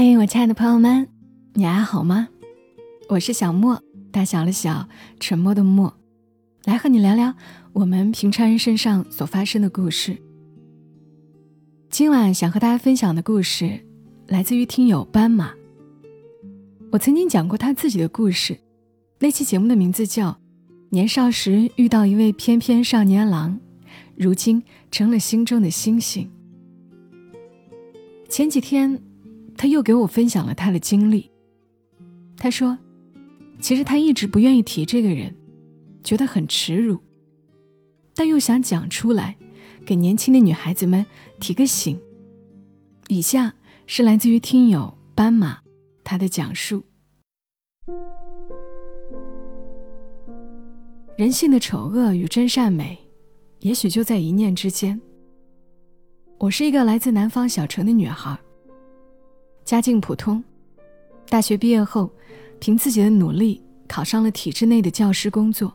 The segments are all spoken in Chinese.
嘿，我亲爱的朋友们，你还好吗？我是小莫，大小的小，沉默的默，来和你聊聊我们平常人身上所发生的故事。今晚想和大家分享的故事来自于听友斑马。我曾经讲过他自己的故事，那期节目的名字叫年少时遇到一位翩翩少年郎，如今成了心中的星星。前几天他又给我分享了他的经历。他说其实他一直不愿意提这个人，觉得很耻辱，但又想讲出来，给年轻的女孩子们提个醒。以下是来自于听友斑马他的讲述。人性的丑恶与真善美，也许就在一念之间。我是一个来自南方小城的女孩，家境普通，大学毕业后凭自己的努力考上了体制内的教师工作。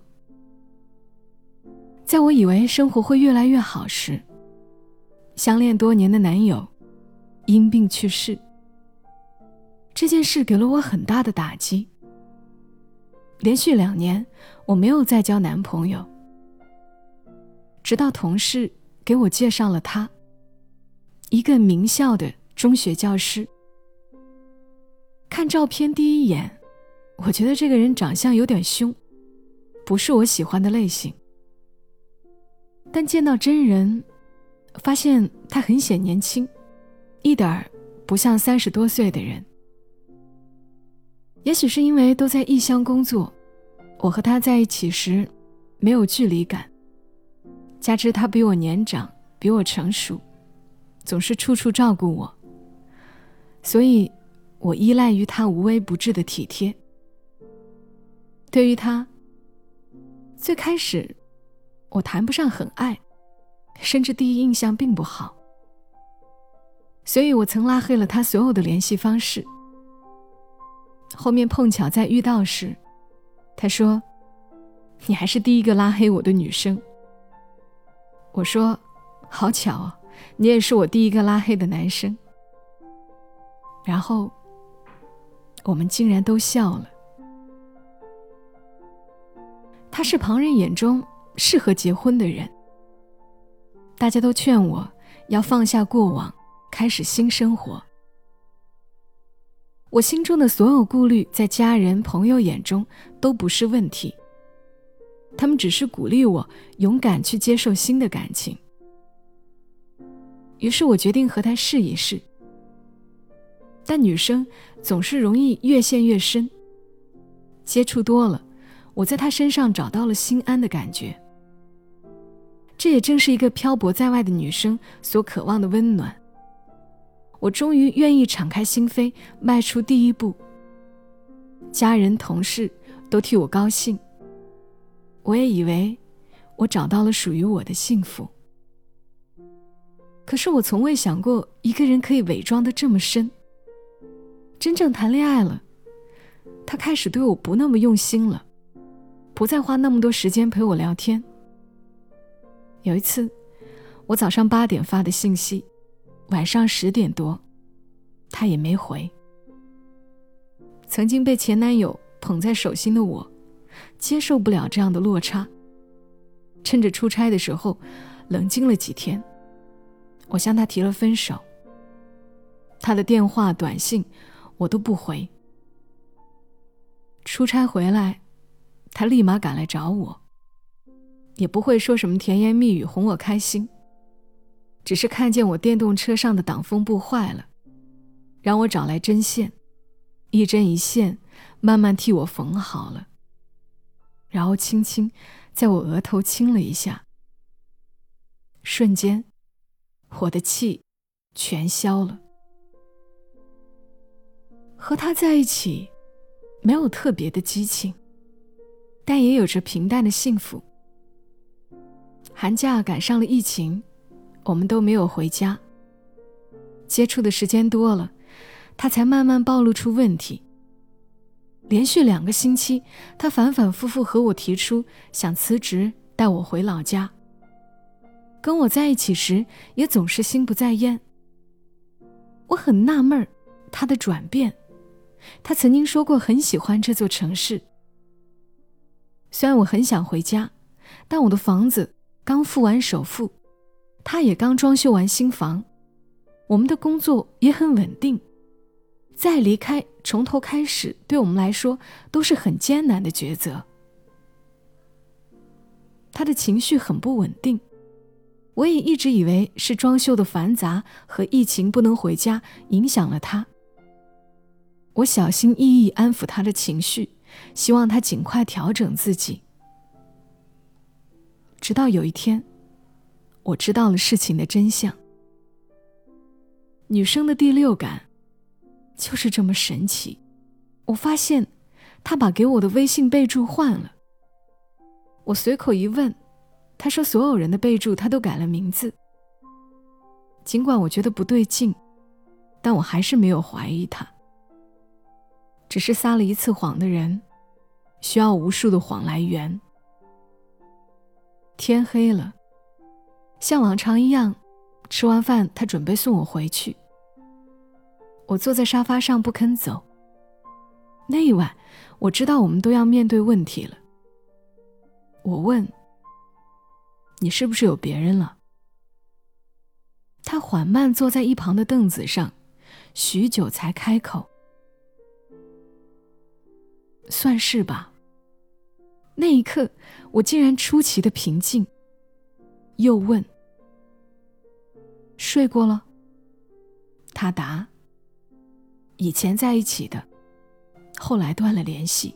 在我以为生活会越来越好时，相恋多年的男友因病去世。这件事给了我很大的打击，连续2年我没有再交男朋友，直到同事给我介绍了他，一个名校的中学教师。看照片第一眼，我觉得这个人长相有点凶，不是我喜欢的类型。但见到真人，发现他很显年轻，一点儿不像30多岁的人。也许是因为都在异乡工作，我和他在一起时没有距离感，加之他比我年长，比我成熟，总是处处照顾我，所以我依赖于他无微不至的体贴。对于他，最开始我谈不上很爱，甚至第一印象并不好，所以我曾拉黑了他所有的联系方式。后面碰巧在遇到时，他说：“你还是第一个拉黑我的女生。”我说：“好巧哦，你也是我第一个拉黑的男生。”然后我们竟然都笑了。他是旁人眼中适合结婚的人，大家都劝我要放下过往，开始新生活。我心中的所有顾虑在家人朋友眼中都不是问题，他们只是鼓励我勇敢去接受新的感情。于是我决定和他试一试，但女生总是容易越陷越深，接触多了，我在他身上找到了心安的感觉。这也正是一个漂泊在外的女生所渴望的温暖。我终于愿意敞开心扉，迈出第一步。家人同事都替我高兴，我也以为我找到了属于我的幸福。可是我从未想过一个人可以伪装得这么深。真正谈恋爱了，他开始对我不那么用心了，不再花那么多时间陪我聊天。有一次，我早上8点发的信息，晚上10点多，他也没回。曾经被前男友捧在手心的我，接受不了这样的落差。趁着出差的时候，冷静了几天，我向他提了分手。他的电话、短信我都不回。出差回来，他立马赶来找我，也不会说什么甜言蜜语哄我开心，只是看见我电动车上的挡风布坏了，让我找来针线，一针一线慢慢替我缝好了，然后轻轻在我额头亲了一下。瞬间我的气全消了。和他在一起没有特别的激情，但也有着平淡的幸福。寒假赶上了疫情，我们都没有回家，接触的时间多了，他才慢慢暴露出问题。连续2个星期，他反反复复和我提出想辞职带我回老家。跟我在一起时也总是心不在焉。我很纳闷， 他的转变。他曾经说过很喜欢这座城市。虽然我很想回家，但我的房子刚付完首付，他也刚装修完新房，我们的工作也很稳定。再离开，从头开始，对我们来说都是很艰难的抉择。他的情绪很不稳定，我也一直以为是装修的繁杂和疫情不能回家影响了他。我小心翼翼安抚他的情绪，希望他尽快调整自己。直到有一天，我知道了事情的真相。女生的第六感就是这么神奇。我发现他把给我的微信备注换了。我随口一问，他说所有人的备注他都改了名字。尽管我觉得不对劲，但我还是没有怀疑他。只是撒了一次谎的人，需要无数的谎来圆。天黑了，像往常一样，吃完饭他准备送我回去。我坐在沙发上不肯走。那一晚，我知道我们都要面对问题了。我问：你是不是有别人了？他缓慢坐在一旁的凳子上，许久才开口：算是吧。那一刻，我竟然出奇的平静。又问：睡过了？他答：以前在一起的，后来断了联系。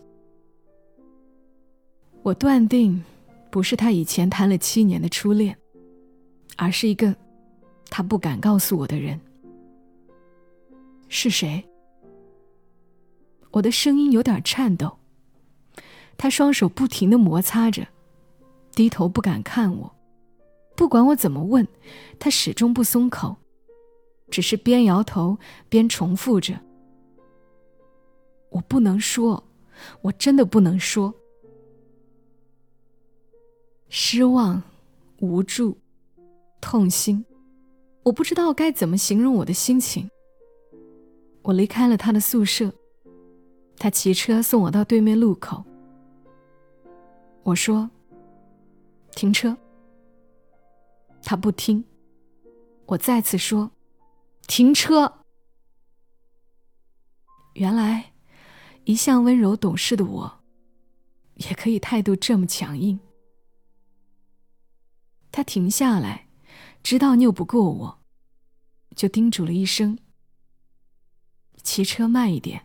我断定不是他以前谈了7年的初恋，而是一个他不敢告诉我的人。是谁？我的声音有点颤抖。他双手不停地摩擦着，低头不敢看我。不管我怎么问，他始终不松口，只是边摇头边重复着：我不能说，我真的不能说。失望、无助、痛心，我不知道该怎么形容我的心情。我离开了他的宿舍，他骑车送我到对面路口。我说：停车。他不听。我再次说：停车。原来一向温柔懂事的我，也可以态度这么强硬。他停下来，知道拗不过我，就叮嘱了一声：骑车慢一点。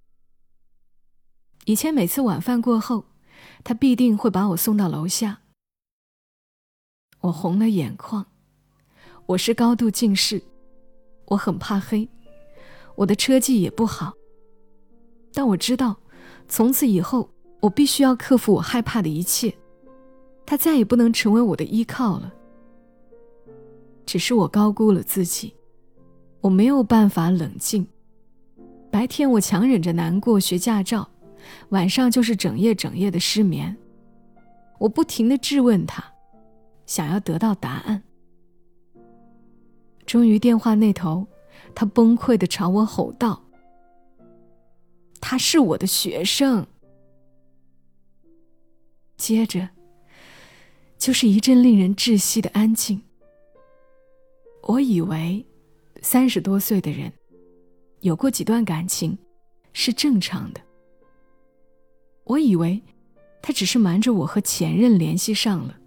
以前每次晚饭过后，他必定会把我送到楼下。我红了眼眶。我是高度近视，我很怕黑，我的车技也不好。但我知道，从此以后，我必须要克服我害怕的一切。他再也不能成为我的依靠了。只是我高估了自己，我没有办法冷静。白天我强忍着难过学驾照，晚上就是整夜的失眠。我不停地质问他，想要得到答案。终于电话那头，他崩溃地朝我吼道：他是我的学生。接着就是一阵令人窒息的安静。我以为30多岁的人有过几段感情是正常的。我以为他只是瞒着我和前任联系上了。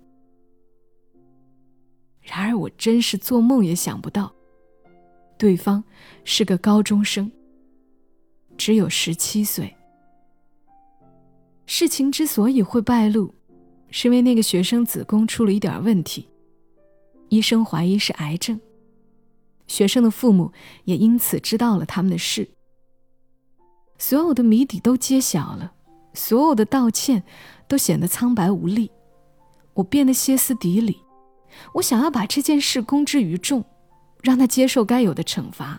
然而我真是做梦也想不到，对方是个高中生，只有17岁。事情之所以会败露，是因为那个学生子宫出了一点问题，医生怀疑是癌症。学生的父母也因此知道了他们的事。所有的谜底都揭晓了，所有的道歉都显得苍白无力。我变得歇斯底里，我想要把这件事公之于众，让他接受该有的惩罚。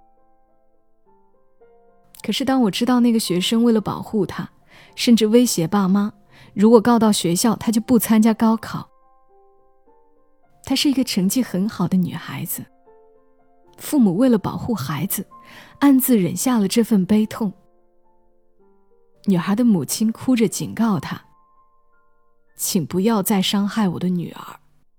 可是当我知道那个学生为了保护他，甚至威胁爸妈，如果告到学校，他就不参加高考。她是一个成绩很好的女孩子， 父母为了保护孩子，暗自忍下了这份悲痛。女孩的母亲哭着警告她，请不要再伤害我的女儿。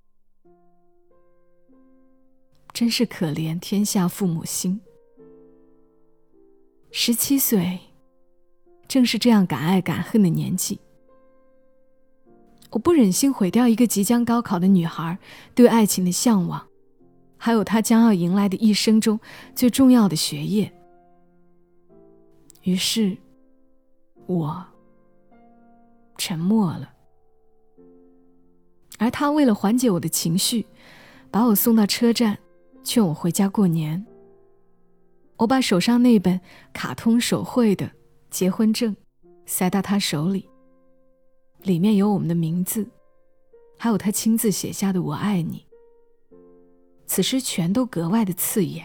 真是可怜天下父母心。17岁，正是这样敢爱敢恨的年纪。我不忍心毁掉一个即将高考的女孩对爱情的向往，还有她将要迎来的一生中最重要的学业。于是，我沉默了。而她为了缓解我的情绪，把我送到车站，劝我回家过年。我把手上那本卡通手绘的结婚证塞到她手里，里面有我们的名字，还有她亲自写下的我爱你，此时全都格外的刺眼。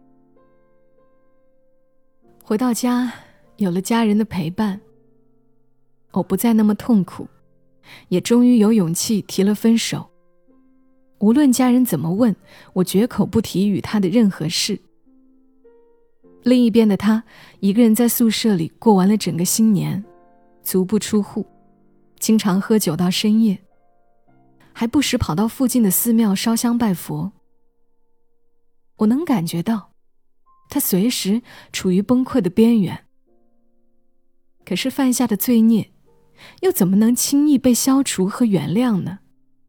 回到家，有了家人的陪伴，我不再那么痛苦，也终于有勇气提了分手。无论家人怎么问，我绝口不提与他的任何事。另一边的他，一个人在宿舍里过完了整个新年，足不出户，经常喝酒到深夜，还不时跑到附近的寺庙烧香拜佛。我能感觉到，他随时处于崩溃的边缘。可是犯下的罪孽，又怎么能轻易被消除和原谅呢？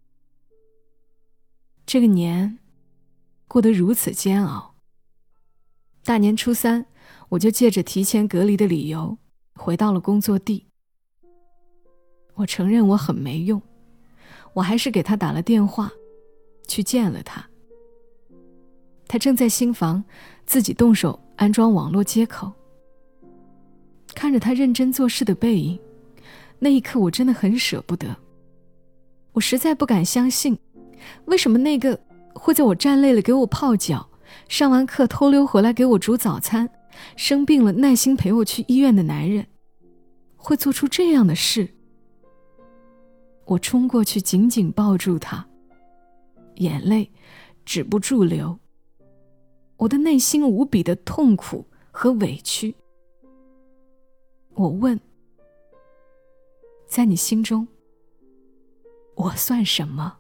这个年过得如此煎熬，大年初3，我就借着提前隔离的理由回到了工作地。我承认我很没用，我还是给他打了电话，去见了他。他正在新房自己动手安装网络接口。看着他认真做事的背影，那一刻我真的很舍不得。我实在不敢相信，为什么那个会在我站累了给我泡脚，上完课偷溜回来给我煮早餐，生病了耐心陪我去医院的男人，会做出这样的事。我冲过去紧紧抱住他，眼泪止不住流。我的内心无比的痛苦和委屈。我问，在你心中，我算什么？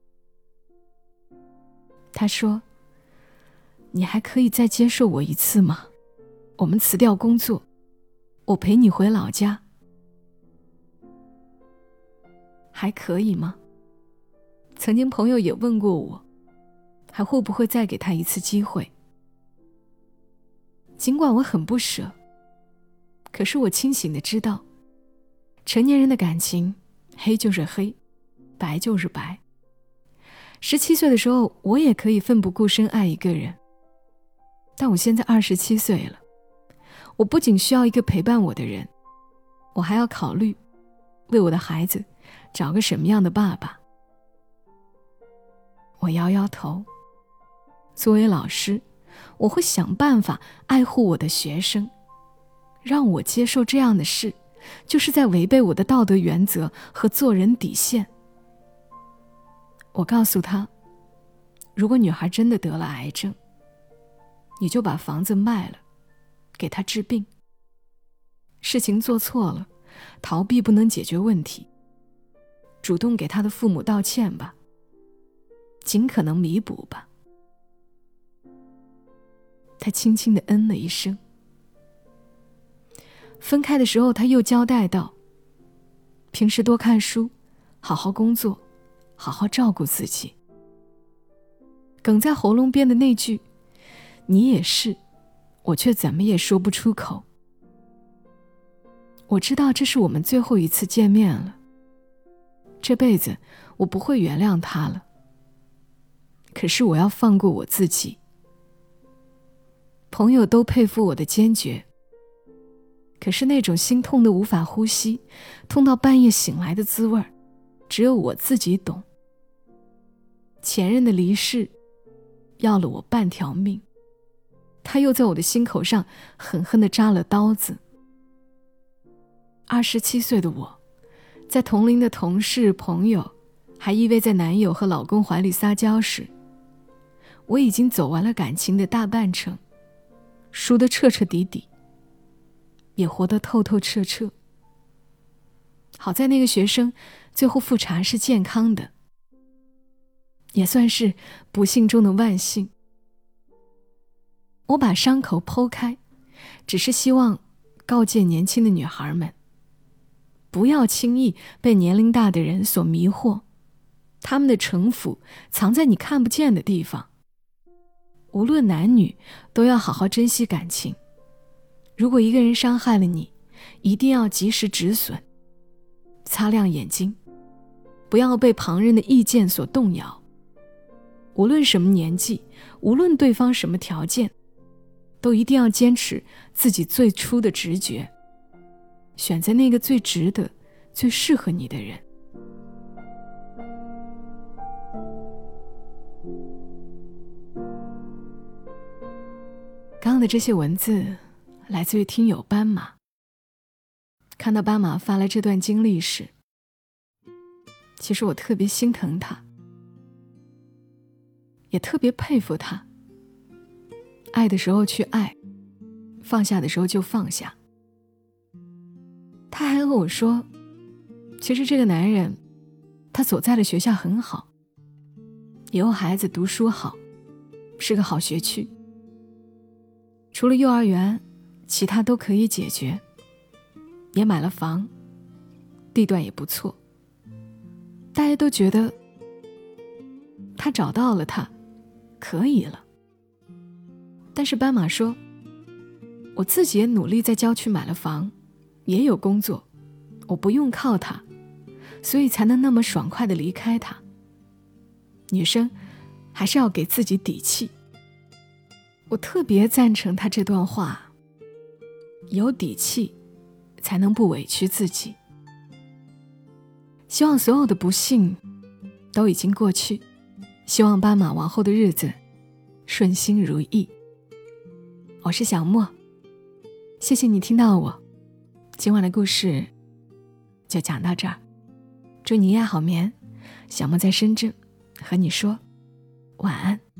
他说，你还可以再接受我一次吗？我们辞掉工作，我陪你回老家。还可以吗？曾经朋友也问过我，还会不会再给他一次机会？尽管我很不舍，可是我清醒地知道，成年人的感情，黑就是黑，白就是白。17岁的时候，我也可以奋不顾身爱一个人，但我现在27岁了，我不仅需要一个陪伴我的人，我还要考虑为我的孩子找个什么样的爸爸。我摇摇头，作为老师，我会想办法爱护我的学生，让我接受这样的事，就是在违背我的道德原则和做人底线。我告诉他，如果女孩真的得了癌症，你就把房子卖了，给她治病。事情做错了，逃避不能解决问题，主动给她的父母道歉吧，尽可能弥补吧。他轻轻地嗯了一声。分开的时候，他又交代道，平时多看书，好好工作，好好照顾自己。哽在喉咙边的那句你也是，我却怎么也说不出口。我知道这是我们最后一次见面了，这辈子我不会原谅他了，可是我要放过我自己。朋友都佩服我的坚决，可是那种心痛的无法呼吸，痛到半夜醒来的滋味，只有我自己懂。前任的离世要了我半条命，他又在我的心口上狠狠地扎了刀子。27岁的我，在同龄的同事朋友还依偎在男友和老公怀里撒娇时， 我已经走完了感情的大半程，输得彻彻底底，也活得透透彻彻。好在那个学生最后复查是健康的，也算是不幸中的万幸。我把伤口剖开，只是希望告诫年轻的女孩们，不要轻易被年龄大的人所迷惑，他们的城府藏在你看不见的地方。无论男女，都要好好珍惜感情。如果一个人伤害了你，一定要及时止损，擦亮眼睛，不要被旁人的意见所动摇。无论什么年纪，无论对方什么条件，都一定要坚持自己最初的直觉，选择那个最值得、最适合你的人。刚刚的这些文字来自于听友斑马。看到斑马发了这段经历时，其实我特别心疼他，也特别佩服他。爱的时候去爱，放下的时候就放下。他还和我说，其实这个男人他所在的学校很好，以后孩子读书好，是个好学区，除了幼儿园其他都可以解决，也买了房，地段也不错。大家都觉得他找到了他，可以了。但是斑马说，我自己也努力在郊区买了房，也有工作，我不用靠他，所以才能那么爽快地离开他。女生还是要给自己底气。我特别赞成他这段话，有底气才能不委屈自己。希望所有的不幸都已经过去，希望斑马往后的日子顺心如意。我是小莫，谢谢你听到我，今晚的故事就讲到这儿，祝你夜好眠。小莫在深圳和你说晚安。